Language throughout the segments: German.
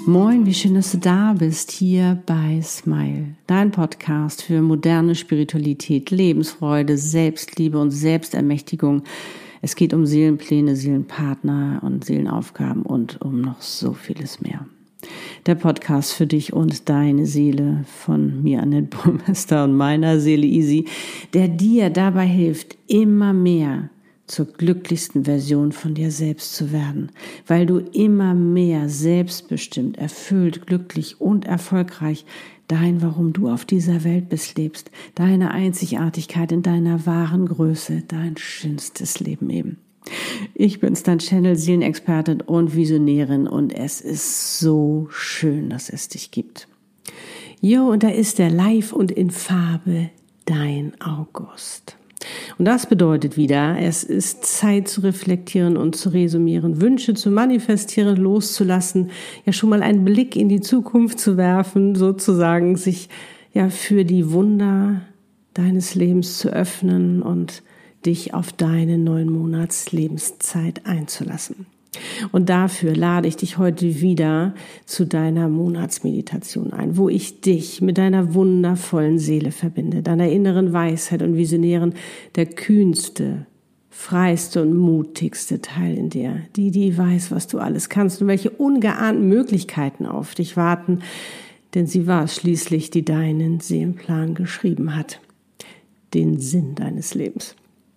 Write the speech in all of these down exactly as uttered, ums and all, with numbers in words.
Moin, wie schön, dass du da bist, hier bei Smile, dein Podcast für moderne Spiritualität, Lebensfreude, Selbstliebe und Selbstermächtigung. Es geht um Seelenpläne, Seelenpartner und Seelenaufgaben und um noch so vieles mehr. Der Podcast für dich und deine Seele von mir, Annette Burmester, und meiner Seele Easy, der dir dabei hilft, immer mehr zur glücklichsten Version von dir selbst zu werden, weil du immer mehr selbstbestimmt, erfüllt, glücklich und erfolgreich dein, warum du auf dieser Welt bist, lebst, deine Einzigartigkeit in deiner wahren Größe, dein schönstes Leben eben. Ich bin's, dein Channel, Seelenexpertin und Visionärin, und es ist so schön, dass es dich gibt. Jo, und da ist er live und in Farbe, dein August. Und das bedeutet wieder, es ist Zeit zu reflektieren und zu resümieren, Wünsche zu manifestieren, loszulassen, ja schon mal einen Blick in die Zukunft zu werfen, sozusagen sich ja für die Wunder deines Lebens zu öffnen und dich auf deine neun Monats Lebenszeit einzulassen. Und dafür lade ich dich heute wieder zu deiner Monatsmeditation ein, wo ich dich mit deiner wundervollen Seele verbinde, deiner inneren Weisheit und Visionären, der kühnste, freiste und mutigste Teil in dir, die, die weiß, was du alles kannst und welche ungeahnten Möglichkeiten auf dich warten, denn sie war es schließlich, die deinen Seelenplan geschrieben hat, den Sinn deines Lebens.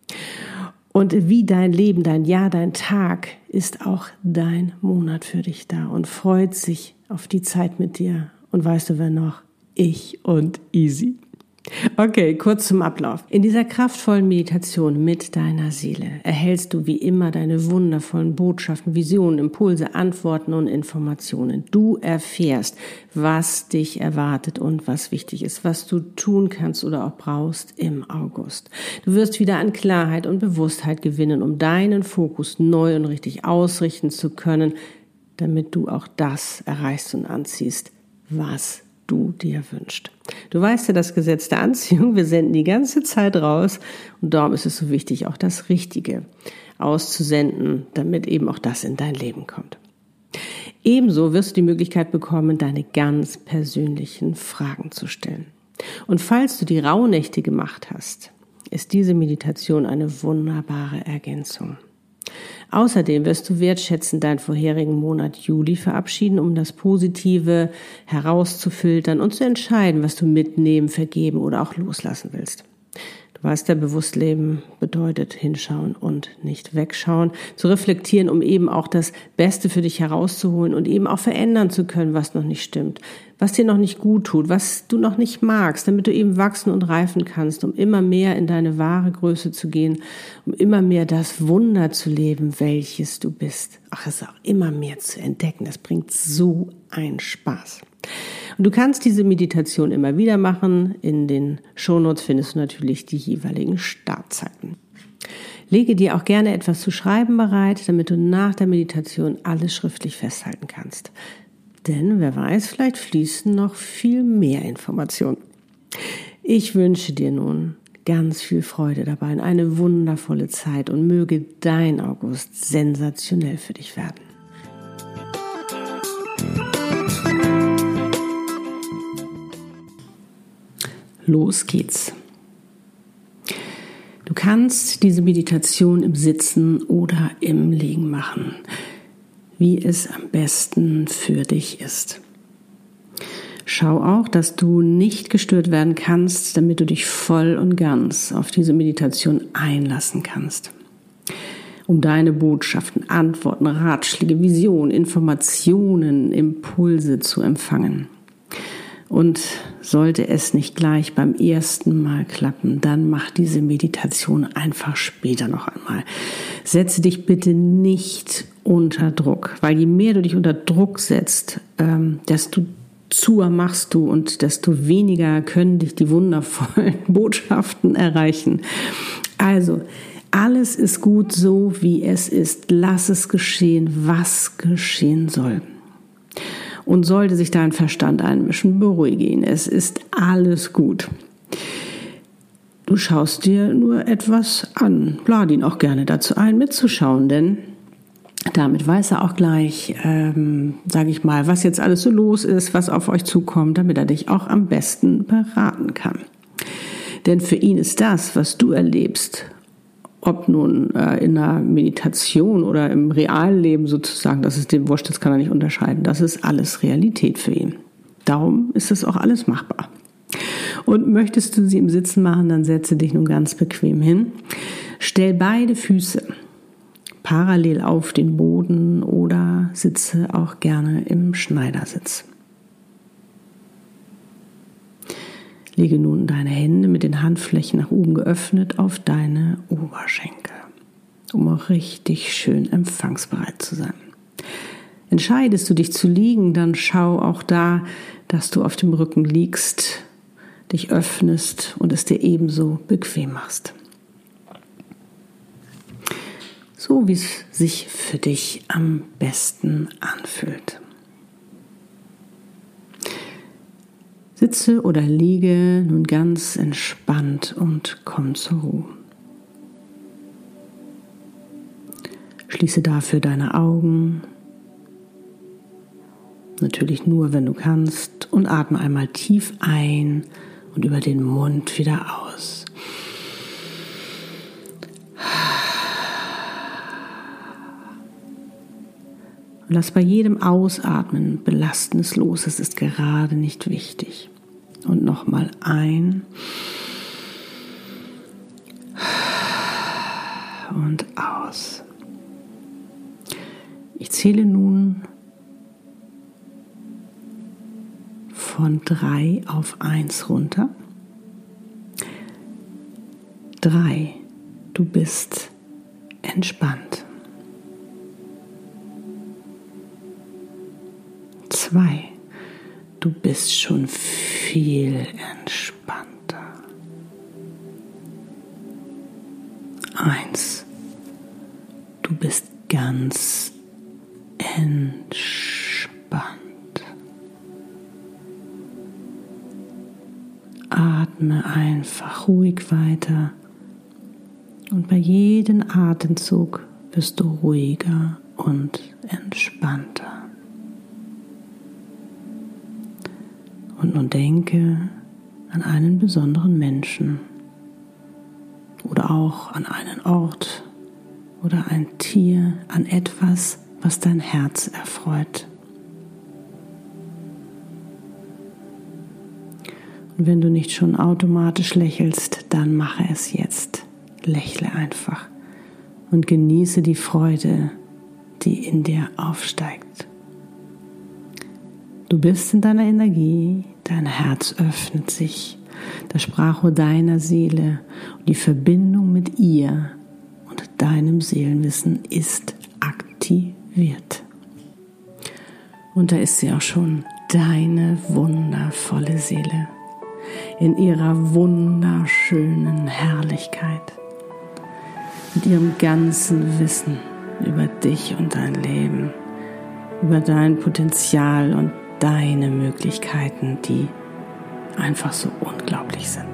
Und wie dein Leben, dein Jahr, dein Tag ist auch dein Monat für dich da und freut sich auf die Zeit mit dir. Und weißt du, wer noch? Ich und Easy. Okay, kurz zum Ablauf. In dieser kraftvollen Meditation mit deiner Seele erhältst du wie immer deine wundervollen Botschaften, Visionen, Impulse, Antworten und Informationen. Du erfährst, was dich erwartet und was wichtig ist, was du tun kannst oder auch brauchst im August. Du wirst wieder an Klarheit und Bewusstheit gewinnen, um deinen Fokus neu und richtig ausrichten zu können, damit du auch das erreichst und anziehst, was du dir wünschst. Du weißt ja das Gesetz der Anziehung, wir senden die ganze Zeit raus, und darum ist es so wichtig, auch das Richtige auszusenden, damit eben auch das in dein Leben kommt. Ebenso wirst du die Möglichkeit bekommen, deine ganz persönlichen Fragen zu stellen. Und falls du die Rauhnächte gemacht hast, ist diese Meditation eine wunderbare Ergänzung. Außerdem wirst du wertschätzend deinen vorherigen Monat Juli verabschieden, um das Positive herauszufiltern und zu entscheiden, was du mitnehmen, vergeben oder auch loslassen willst. Du weißt ja, bewusst leben bedeutet hinschauen und nicht wegschauen, zu reflektieren, um eben auch das Beste für dich herauszuholen und eben auch verändern zu können, was noch nicht stimmt, was dir noch nicht gut tut, was du noch nicht magst, damit du eben wachsen und reifen kannst, um immer mehr in deine wahre Größe zu gehen, um immer mehr das Wunder zu leben, welches du bist. Ach, es ist auch immer mehr zu entdecken. Das bringt so einen Spaß. Und du kannst diese Meditation immer wieder machen. In den Shownotes findest du natürlich die jeweiligen Startzeiten. Lege dir auch gerne etwas zu schreiben bereit, damit du nach der Meditation alles schriftlich festhalten kannst. Denn wer weiß, vielleicht fließen noch viel mehr Informationen. Ich wünsche dir nun ganz viel Freude dabei und eine wundervolle Zeit, und möge dein August sensationell für dich werden. Los geht's. Du kannst diese Meditation im Sitzen oder im Liegen machen, wie es am besten für dich ist. Schau auch, dass du nicht gestört werden kannst, damit du dich voll und ganz auf diese Meditation einlassen kannst, um deine Botschaften, Antworten, Ratschläge, Visionen, Informationen, Impulse zu empfangen. Und sollte es nicht gleich beim ersten Mal klappen, dann mach diese Meditation einfach später noch einmal. Setze dich bitte nicht unter Druck, weil je mehr du dich unter Druck setzt, ähm, desto zuer machst du und desto weniger können dich die wundervollen Botschaften erreichen. Also, alles ist gut so, wie es ist. Lass es geschehen, was geschehen soll. Und sollte sich dein Verstand einmischen, beruhige ihn. Es ist alles gut. Du schaust dir nur etwas an. Lade ihn auch gerne dazu ein, mitzuschauen, denn Damit weiß er auch gleich, ähm, sage ich mal, was jetzt alles so los ist, was auf euch zukommt, damit er dich auch am besten beraten kann. Denn für ihn ist das, was du erlebst, ob nun äh, in einer Meditation oder im realen Leben sozusagen, das ist dem wurscht, das kann er nicht unterscheiden. Das ist alles Realität für ihn. Darum ist das auch alles machbar. Und möchtest du sie im Sitzen machen, dann setze dich nun ganz bequem hin. Stell beide Füße parallel auf den Boden oder sitze auch gerne im Schneidersitz. Lege nun deine Hände mit den Handflächen nach oben geöffnet auf deine Oberschenkel, um auch richtig schön empfangsbereit zu sein. Entscheidest du dich zu liegen, dann schau auch da, dass du auf dem Rücken liegst, dich öffnest und es dir ebenso bequem machst. So wie es sich für dich am besten anfühlt. Sitze oder liege nun ganz entspannt und komm zur Ruhe. Schließe dafür deine Augen, natürlich nur, wenn du kannst, und atme einmal tief ein und über den Mund wieder aus. Und lass bei jedem Ausatmen Belastendes los. Es ist gerade nicht wichtig. Und nochmal ein. Und aus. Ich zähle nun von drei auf eins runter. Drei. Du bist entspannt. Zwei, du bist schon viel entspannter. Eins, du bist ganz entspannt. Atme einfach ruhig weiter und bei jedem Atemzug wirst du ruhiger und entspannter. Und nun denke an einen besonderen Menschen oder auch an einen Ort oder ein Tier, an etwas, was dein Herz erfreut. Und wenn du nicht schon automatisch lächelst, dann mache es jetzt. Lächle einfach und genieße die Freude, die in dir aufsteigt. Du bist in deiner Energie, dein Herz öffnet sich, das Sprachrohr deiner Seele und die Verbindung mit ihr und deinem Seelenwissen ist aktiviert. Und da ist sie auch schon, deine wundervolle Seele, in ihrer wunderschönen Herrlichkeit, mit ihrem ganzen Wissen über dich und dein Leben, über dein Potenzial und deine Möglichkeiten, die einfach so unglaublich sind.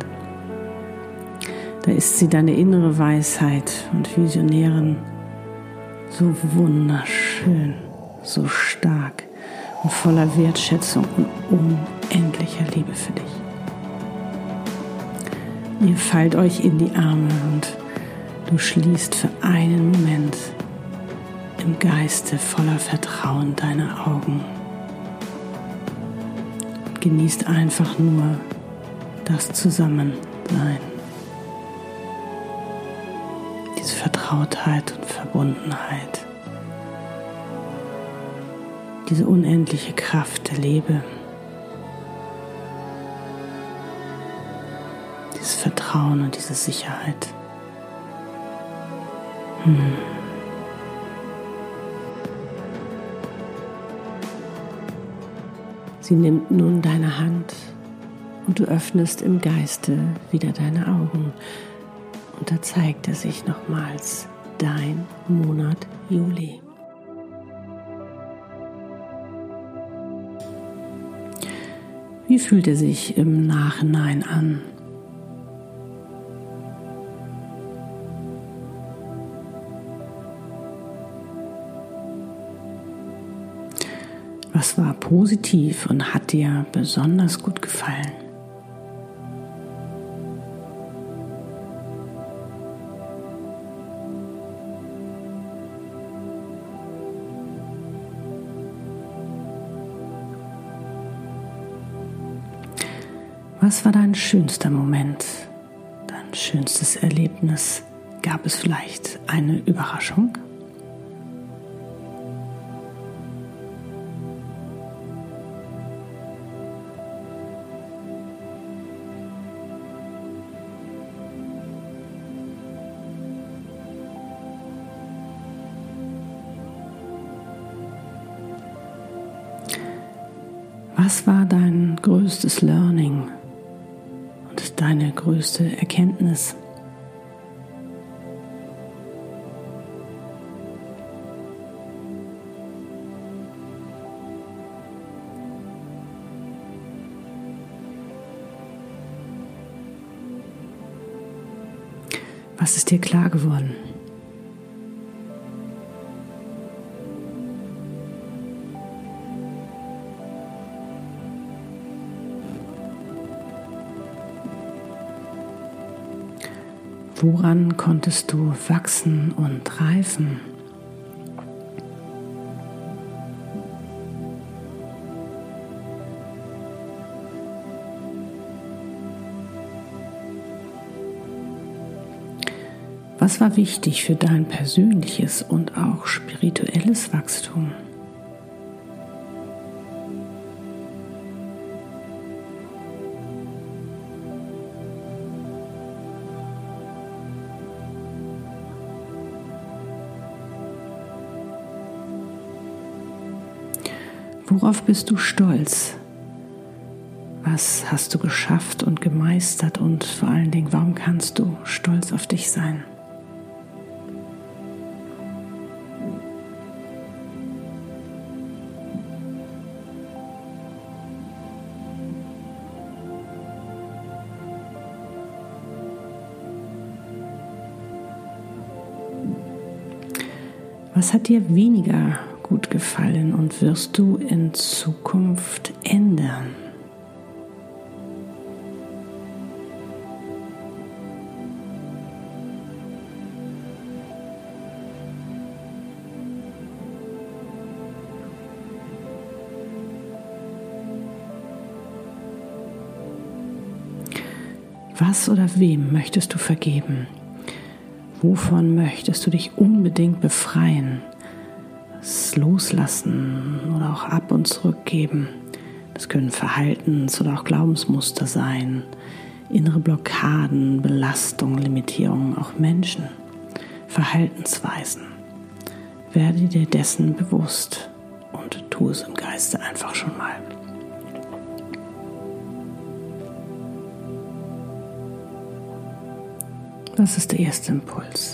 Da ist sie, deine innere Weisheit und Visionärin, so wunderschön, so stark und voller Wertschätzung und unendlicher Liebe für dich. Ihr fallt euch in die Arme und du schließt für einen Moment im Geiste voller Vertrauen deine Augen. Genießt einfach nur das Zusammensein, diese Vertrautheit und Verbundenheit, diese unendliche Kraft der Liebe, dieses Vertrauen und diese Sicherheit. Hm. Sie nimmt nun deine Hand und du öffnest im Geiste wieder deine Augen. Und da zeigt er sich nochmals, dein Monat Juli. Wie fühlt er sich im Nachhinein an? Was war positiv und hat dir besonders gut gefallen? Was war dein schönster Moment, dein schönstes Erlebnis? Gab es vielleicht eine Überraschung? Was war dein größtes Learning und deine größte Erkenntnis? Was ist dir klar geworden? Woran konntest du wachsen und reifen? Was war wichtig für dein persönliches und auch spirituelles Wachstum? Worauf bist du stolz? Was hast du geschafft und gemeistert und vor allen Dingen, warum kannst du stolz auf dich sein? Was hat dir weniger gut gefallen und wirst du in Zukunft ändern? Was oder wem möchtest du vergeben? Wovon möchtest du dich unbedingt befreien? Das Loslassen oder auch ab- und zurückgeben. Das können Verhaltens- oder auch Glaubensmuster sein, innere Blockaden, Belastungen, Limitierungen, auch Menschen, Verhaltensweisen. Werde dir dessen bewusst und tu es im Geiste einfach schon mal. Das ist der erste Impuls.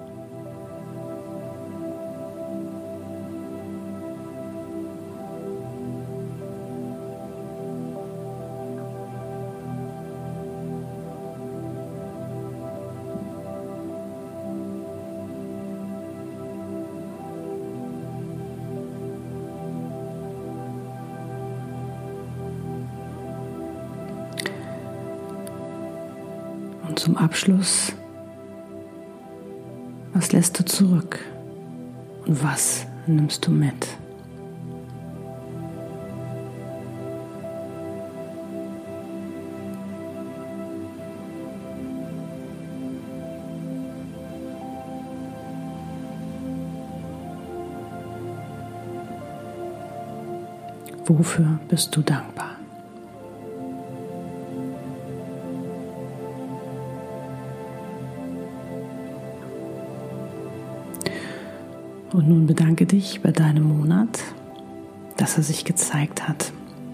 Und zum Abschluss, was lässt du zurück und was nimmst du mit? Wofür bist du dankbar? Und nun bedanke dich bei deinem Monat, dass er sich gezeigt hat.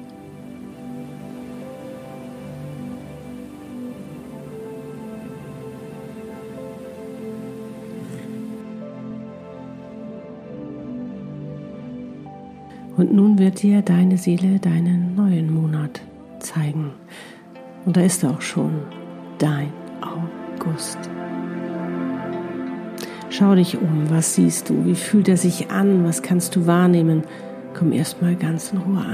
Und nun wird dir deine Seele deinen neuen Monat zeigen. Und da ist er auch schon, dein August. Schau dich um, was siehst du, wie fühlt er sich an, was kannst du wahrnehmen, komm erstmal ganz in Ruhe an.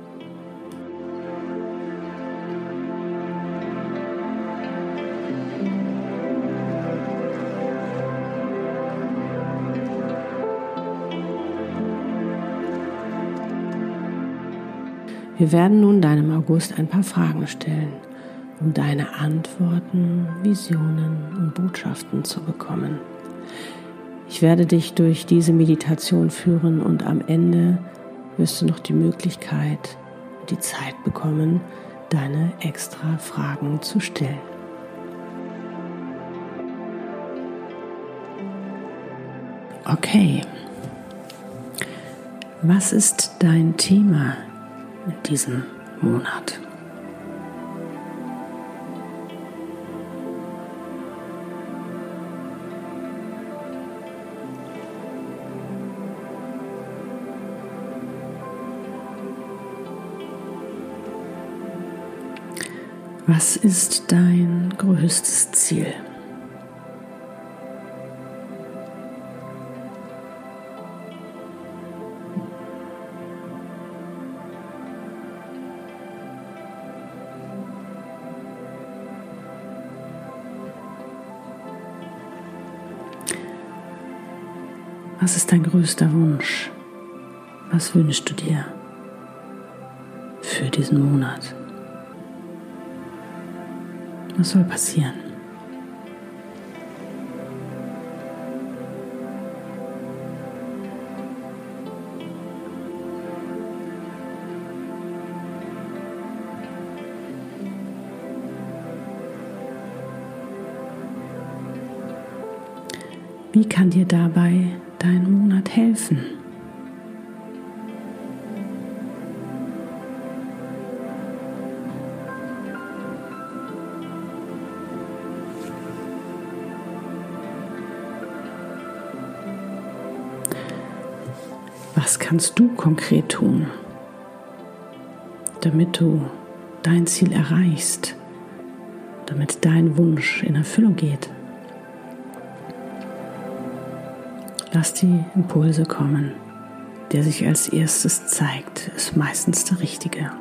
Wir werden nun deinem August ein paar Fragen stellen, um deine Antworten, Visionen und Botschaften zu bekommen. Ich werde dich durch diese Meditation führen und am Ende wirst du noch die Möglichkeit und die Zeit bekommen, deine extra Fragen zu stellen. Okay, was ist dein Thema in diesem Monat? Was ist dein größtes Ziel? Was ist dein größter Wunsch? Was wünschst du dir für diesen Monat? Was soll passieren? Wie kann dir dabei dein Monat helfen? Was kannst du konkret tun, damit du dein Ziel erreichst, damit dein Wunsch in Erfüllung geht? Lass die Impulse kommen. Der sich als erstes zeigt, ist meistens der richtige.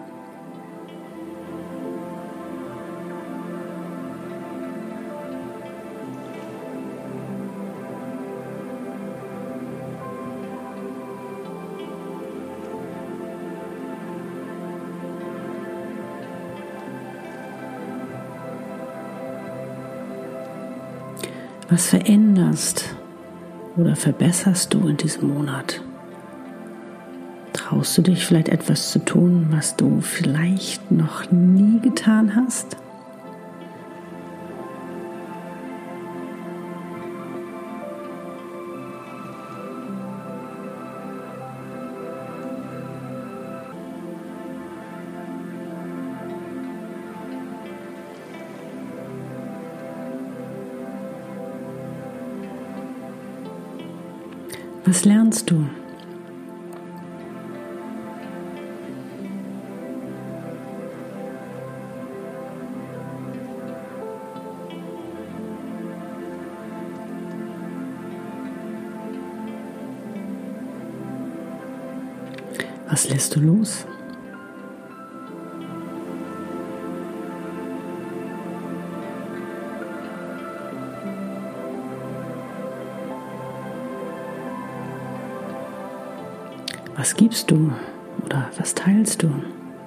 Was veränderst oder verbesserst du in diesem Monat? Traust du dich vielleicht etwas zu tun, was du vielleicht noch nie getan hast? Was lernst du? Was lässt du los? Was gibst du oder was teilst du?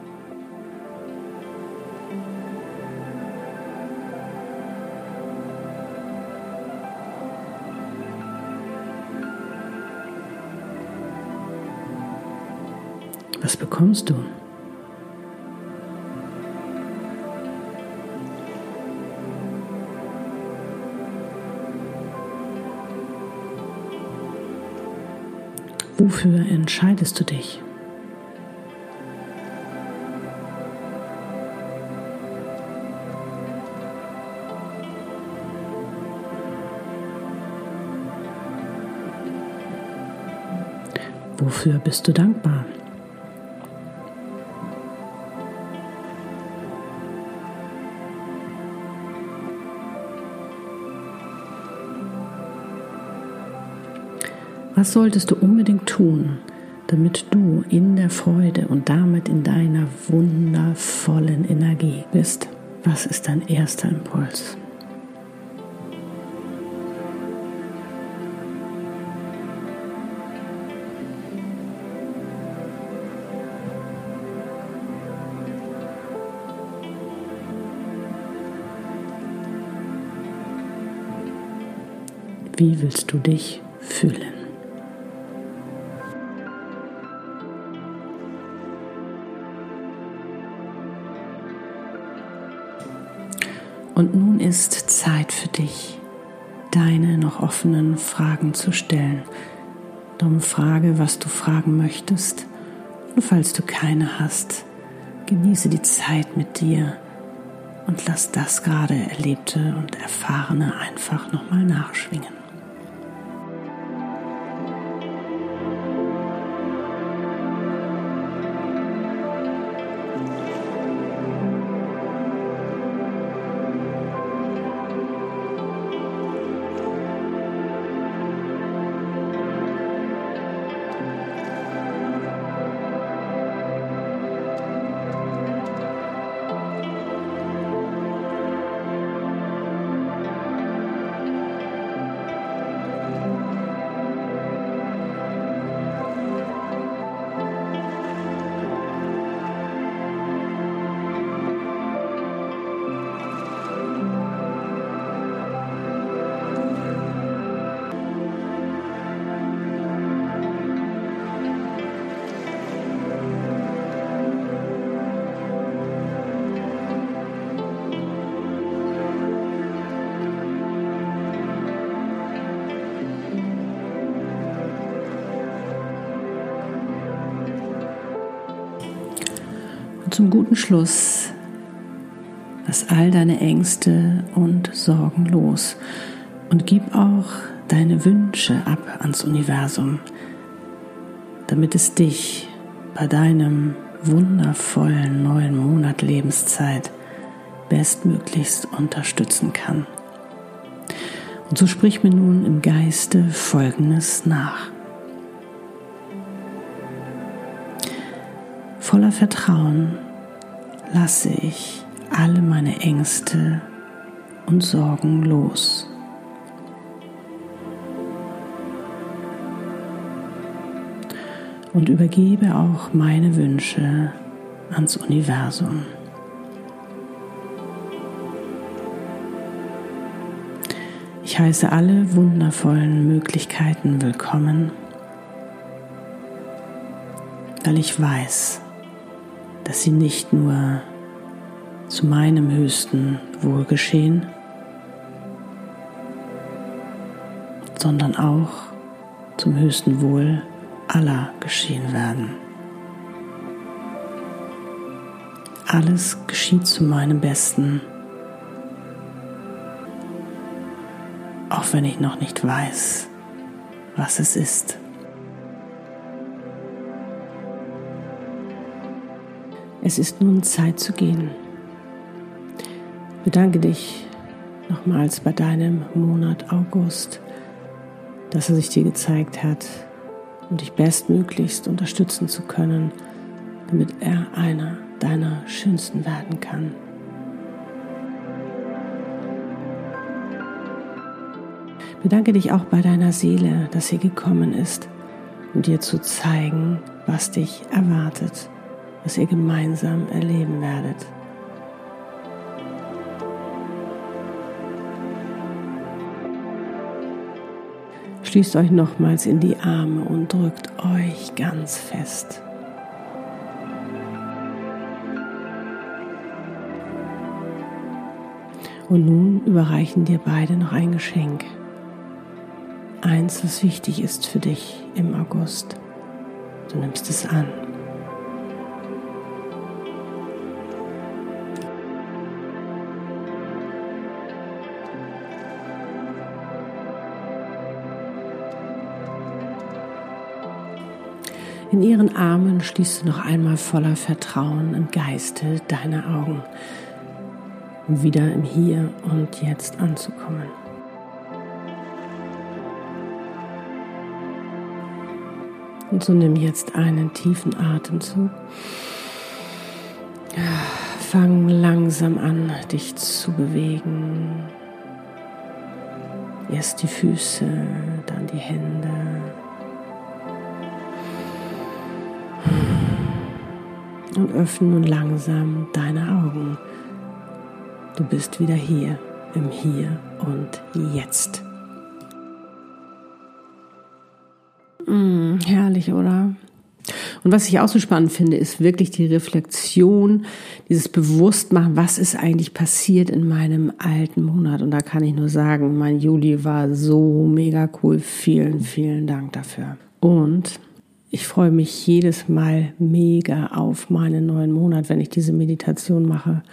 Was bekommst du? Wofür entscheidest du dich? Wofür bist du dankbar? Was solltest du unbedingt tun, damit du in der Freude und damit in deiner wundervollen Energie bist. Was ist dein erster Impuls? Wie willst du dich fühlen? Und nun ist Zeit für dich, deine noch offenen Fragen zu stellen. Darum frage, was du fragen möchtest. Und falls du keine hast, genieße die Zeit mit dir und lass das gerade Erlebte und Erfahrene einfach nochmal nachschwingen. Zum guten Schluss, lass all deine Ängste und Sorgen los und gib auch deine Wünsche ab ans Universum, damit es dich bei deinem wundervollen neuen Monat Lebenszeit bestmöglichst unterstützen kann. Und so sprich mir nun im Geiste Folgendes nach. Voller Vertrauen lasse ich alle meine Ängste und Sorgen los. Und übergebe auch meine Wünsche ans Universum. Ich heiße alle wundervollen Möglichkeiten willkommen, weil ich weiß, dass sie nicht nur zu meinem höchsten Wohl geschehen, sondern auch zum höchsten Wohl aller geschehen werden. Alles geschieht zu meinem Besten, auch wenn ich noch nicht weiß, was es ist. Es ist nun Zeit zu gehen. Bedanke dich nochmals bei deinem Monat August, dass er sich dir gezeigt hat, um dich bestmöglichst unterstützen zu können, damit er einer deiner schönsten werden kann. Bedanke dich auch bei deiner Seele, dass sie gekommen ist, um dir zu zeigen, was dich erwartet, was ihr gemeinsam erleben werdet. Schließt euch nochmals in die Arme und drückt euch ganz fest. Und nun überreichen dir beide noch ein Geschenk. Eins, was wichtig ist für dich im August. Du nimmst es an. In ihren Armen schließt du noch einmal voller Vertrauen im Geiste deine Augen, um wieder im Hier und Jetzt anzukommen. Und so nimm jetzt einen tiefen Atemzug. Fang langsam an, dich zu bewegen. Erst die Füße, dann die Hände. Und öffne nun langsam deine Augen. Du bist wieder hier, im Hier und Jetzt. Mm, herrlich, oder? Und was ich auch so spannend finde, ist wirklich die Reflexion, dieses Bewusstmachen, was ist eigentlich passiert in meinem alten Monat. Und da kann ich nur sagen, mein Juli war so mega cool. Vielen, vielen Dank dafür. Und ich freue mich jedes Mal mega auf meinen neuen Monat, wenn ich diese Meditation mache.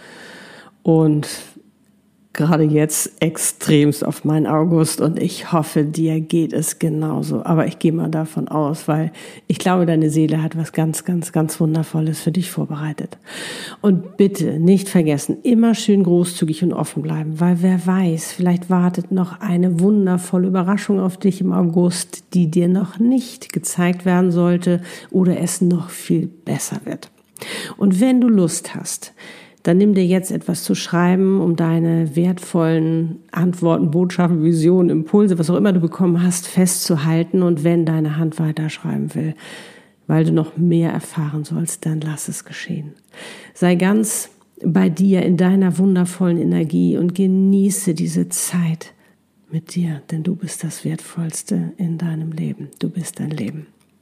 Und gerade jetzt extremst auf meinen August und ich hoffe, dir geht es genauso. Aber ich gehe mal davon aus, weil ich glaube, deine Seele hat was ganz, ganz, ganz Wundervolles für dich vorbereitet. Und bitte nicht vergessen, immer schön großzügig und offen bleiben, weil wer weiß, vielleicht wartet noch eine wundervolle Überraschung auf dich im August, die dir noch nicht gezeigt werden sollte oder es noch viel besser wird. Und wenn du Lust hast, dann nimm dir jetzt etwas zu schreiben, um deine wertvollen Antworten, Botschaften, Visionen, Impulse, was auch immer du bekommen hast, festzuhalten. Und wenn deine Hand weiterschreiben will, weil du noch mehr erfahren sollst, dann lass es geschehen. Sei ganz bei dir in deiner wundervollen Energie und genieße diese Zeit mit dir, denn du bist das Wertvollste in deinem Leben. Du bist dein Leben.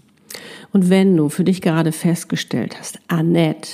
Und wenn du für dich gerade festgestellt hast, Annette,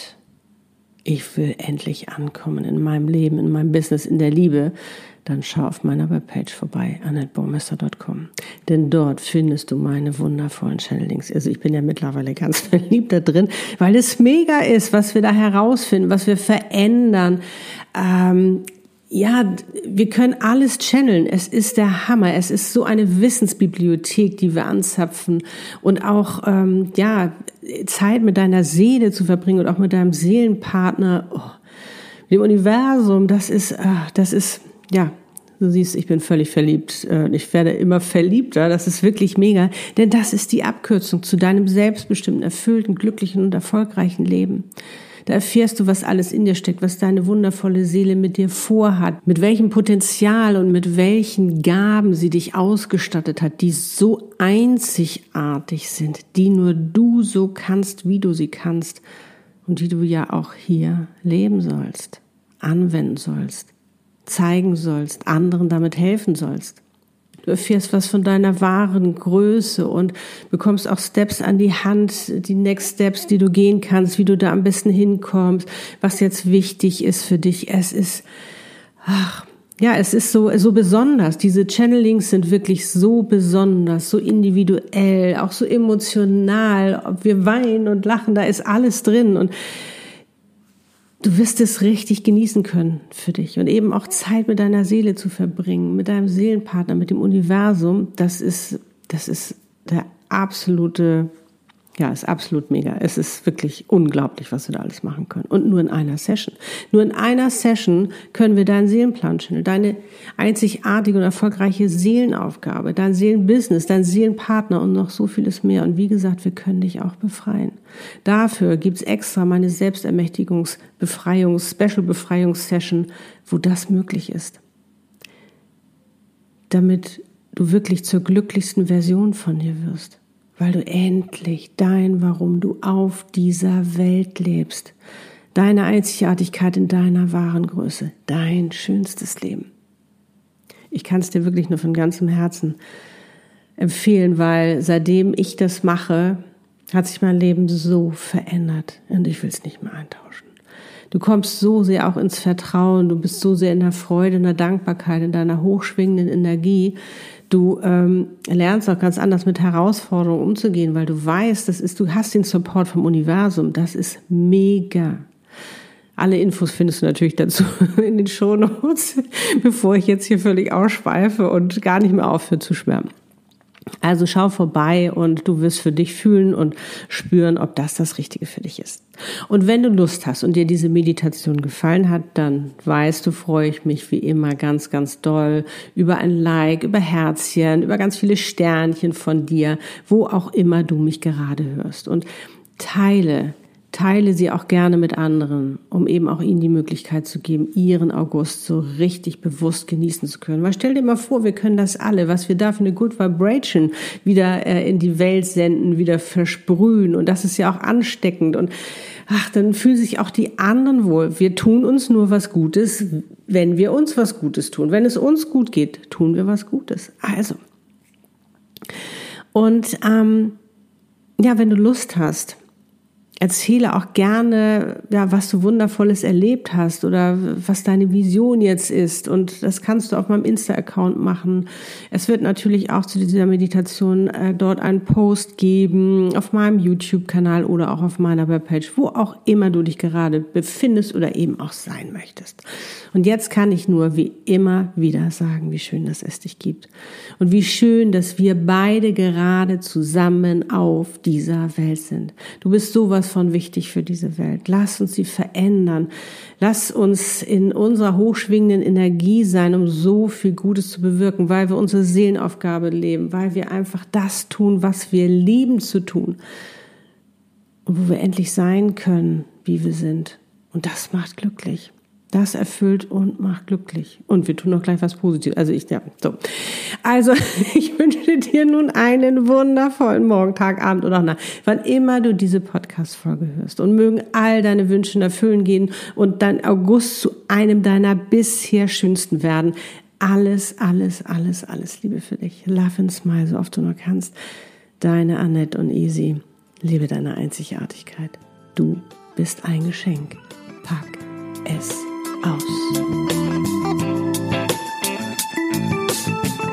ich will endlich ankommen in meinem Leben, in meinem Business, in der Liebe, dann schau auf meiner Webpage vorbei, annette baumeister punkt com. Denn dort findest du meine wundervollen Channelings. Also ich bin ja mittlerweile ganz verliebt da drin, weil es mega ist, was wir da herausfinden, was wir verändern. Ähm, ja, wir können alles channeln. Es ist der Hammer. Es ist so eine Wissensbibliothek, die wir anzapfen und auch ähm, ja Zeit mit deiner Seele zu verbringen und auch mit deinem Seelenpartner, oh, dem Universum. Das ist, ach, das ist ja. Du siehst, ich bin völlig verliebt. Ich werde immer verliebter. Das ist wirklich mega, denn das ist die Abkürzung zu deinem selbstbestimmten, erfüllten, glücklichen und erfolgreichen Leben. Da erfährst du, was alles in dir steckt, was deine wundervolle Seele mit dir vorhat, mit welchem Potenzial und mit welchen Gaben sie dich ausgestattet hat, die so einzigartig sind, die nur du so kannst, wie du sie kannst und die du ja auch hier leben sollst, anwenden sollst, zeigen sollst, anderen damit helfen sollst. Du erfährst was von deiner wahren Größe und bekommst auch Steps an die Hand, die Next Steps, die du gehen kannst, wie du da am besten hinkommst, was jetzt wichtig ist für dich. Es ist, ach, ja, es ist so, so besonders. Diese Channelings sind wirklich so besonders, so individuell, auch so emotional. Ob wir weinen und lachen, da ist alles drin und du wirst es richtig genießen können für dich und eben auch Zeit mit deiner Seele zu verbringen, mit deinem Seelenpartner, mit dem Universum. Das ist, das ist der absolute, ja, ist absolut mega. Es ist wirklich unglaublich, was wir da alles machen können. Und nur in einer Session. Nur in einer Session können wir deinen Seelenplan channeln, deine einzigartige und erfolgreiche Seelenaufgabe, dein Seelenbusiness, dein Seelenpartner und noch so vieles mehr. Und wie gesagt, wir können dich auch befreien. Dafür gibt's extra meine Selbstermächtigungs-, Befreiungs-, Special-Befreiungs-Session, wo das möglich ist. Damit du wirklich zur glücklichsten Version von dir wirst. Weil du endlich dein, warum du auf dieser Welt lebst, deine Einzigartigkeit in deiner wahren Größe, dein schönstes Leben. Ich kann es dir wirklich nur von ganzem Herzen empfehlen, weil seitdem ich das mache, hat sich mein Leben so verändert und ich will es nicht mehr eintauschen. Du kommst so sehr auch ins Vertrauen, du bist so sehr in der Freude, in der Dankbarkeit, in deiner hochschwingenden Energie. Du ähm, lernst auch ganz anders mit Herausforderungen umzugehen, weil du weißt, das ist, du hast den Support vom Universum. Das ist mega. Alle Infos findest du natürlich dazu in den Shownotes, bevor ich jetzt hier völlig ausschweife und gar nicht mehr aufhöre zu schwärmen. Also schau vorbei und du wirst für dich fühlen und spüren, ob das das Richtige für dich ist. Und wenn du Lust hast und dir diese Meditation gefallen hat, dann weißt du, freue ich mich wie immer ganz, ganz doll über ein Like, über Herzchen, über ganz viele Sternchen von dir, wo auch immer du mich gerade hörst. Und teile Teile sie auch gerne mit anderen, um eben auch ihnen die Möglichkeit zu geben, ihren August so richtig bewusst genießen zu können. Weil stell dir mal vor, wir können das alle, was wir da für eine Good Vibration wieder äh, in die Welt senden, wieder versprühen. Und das ist ja auch ansteckend. Und ach, dann fühlen sich auch die anderen wohl. Wir tun uns nur was Gutes, wenn wir uns was Gutes tun. Wenn es uns gut geht, tun wir was Gutes. Also. Und ähm, ja, wenn du Lust hast, erzähle auch gerne, ja, was du Wundervolles erlebt hast oder was deine Vision jetzt ist. Und das kannst du auf meinem Insta-Account machen. Es wird natürlich auch zu dieser Meditation äh, dort einen Post geben, auf meinem YouTube-Kanal oder auch auf meiner Webpage, wo auch immer du dich gerade befindest oder eben auch sein möchtest. Und jetzt kann ich nur wie immer wieder sagen, wie schön, dass es dich gibt. Und wie schön, dass wir beide gerade zusammen auf dieser Welt sind. Du bist sowas von wichtig für diese Welt. Lass uns sie verändern. Lass uns in unserer hochschwingenden Energie sein, um so viel Gutes zu bewirken, weil wir unsere Seelenaufgabe leben, weil wir einfach das tun, was wir lieben zu tun. Und wo wir endlich sein können, wie wir sind. Und das macht glücklich. Das erfüllt und macht glücklich. Und wir tun noch gleich was Positives. Also ich, ja, so. Also, ich wünsche dir nun einen wundervollen Morgen, Tag, Abend oder Nacht, wann immer du diese Podcast-Folge hörst. Und mögen all deine Wünsche in Erfüllen gehen und dein August zu einem deiner bisher schönsten werden. Alles, alles, alles, alles Liebe für dich. Love and smile, so oft du nur kannst. Deine Annette und Easy. Lebe deine Einzigartigkeit. Du bist ein Geschenk. Pack es aus.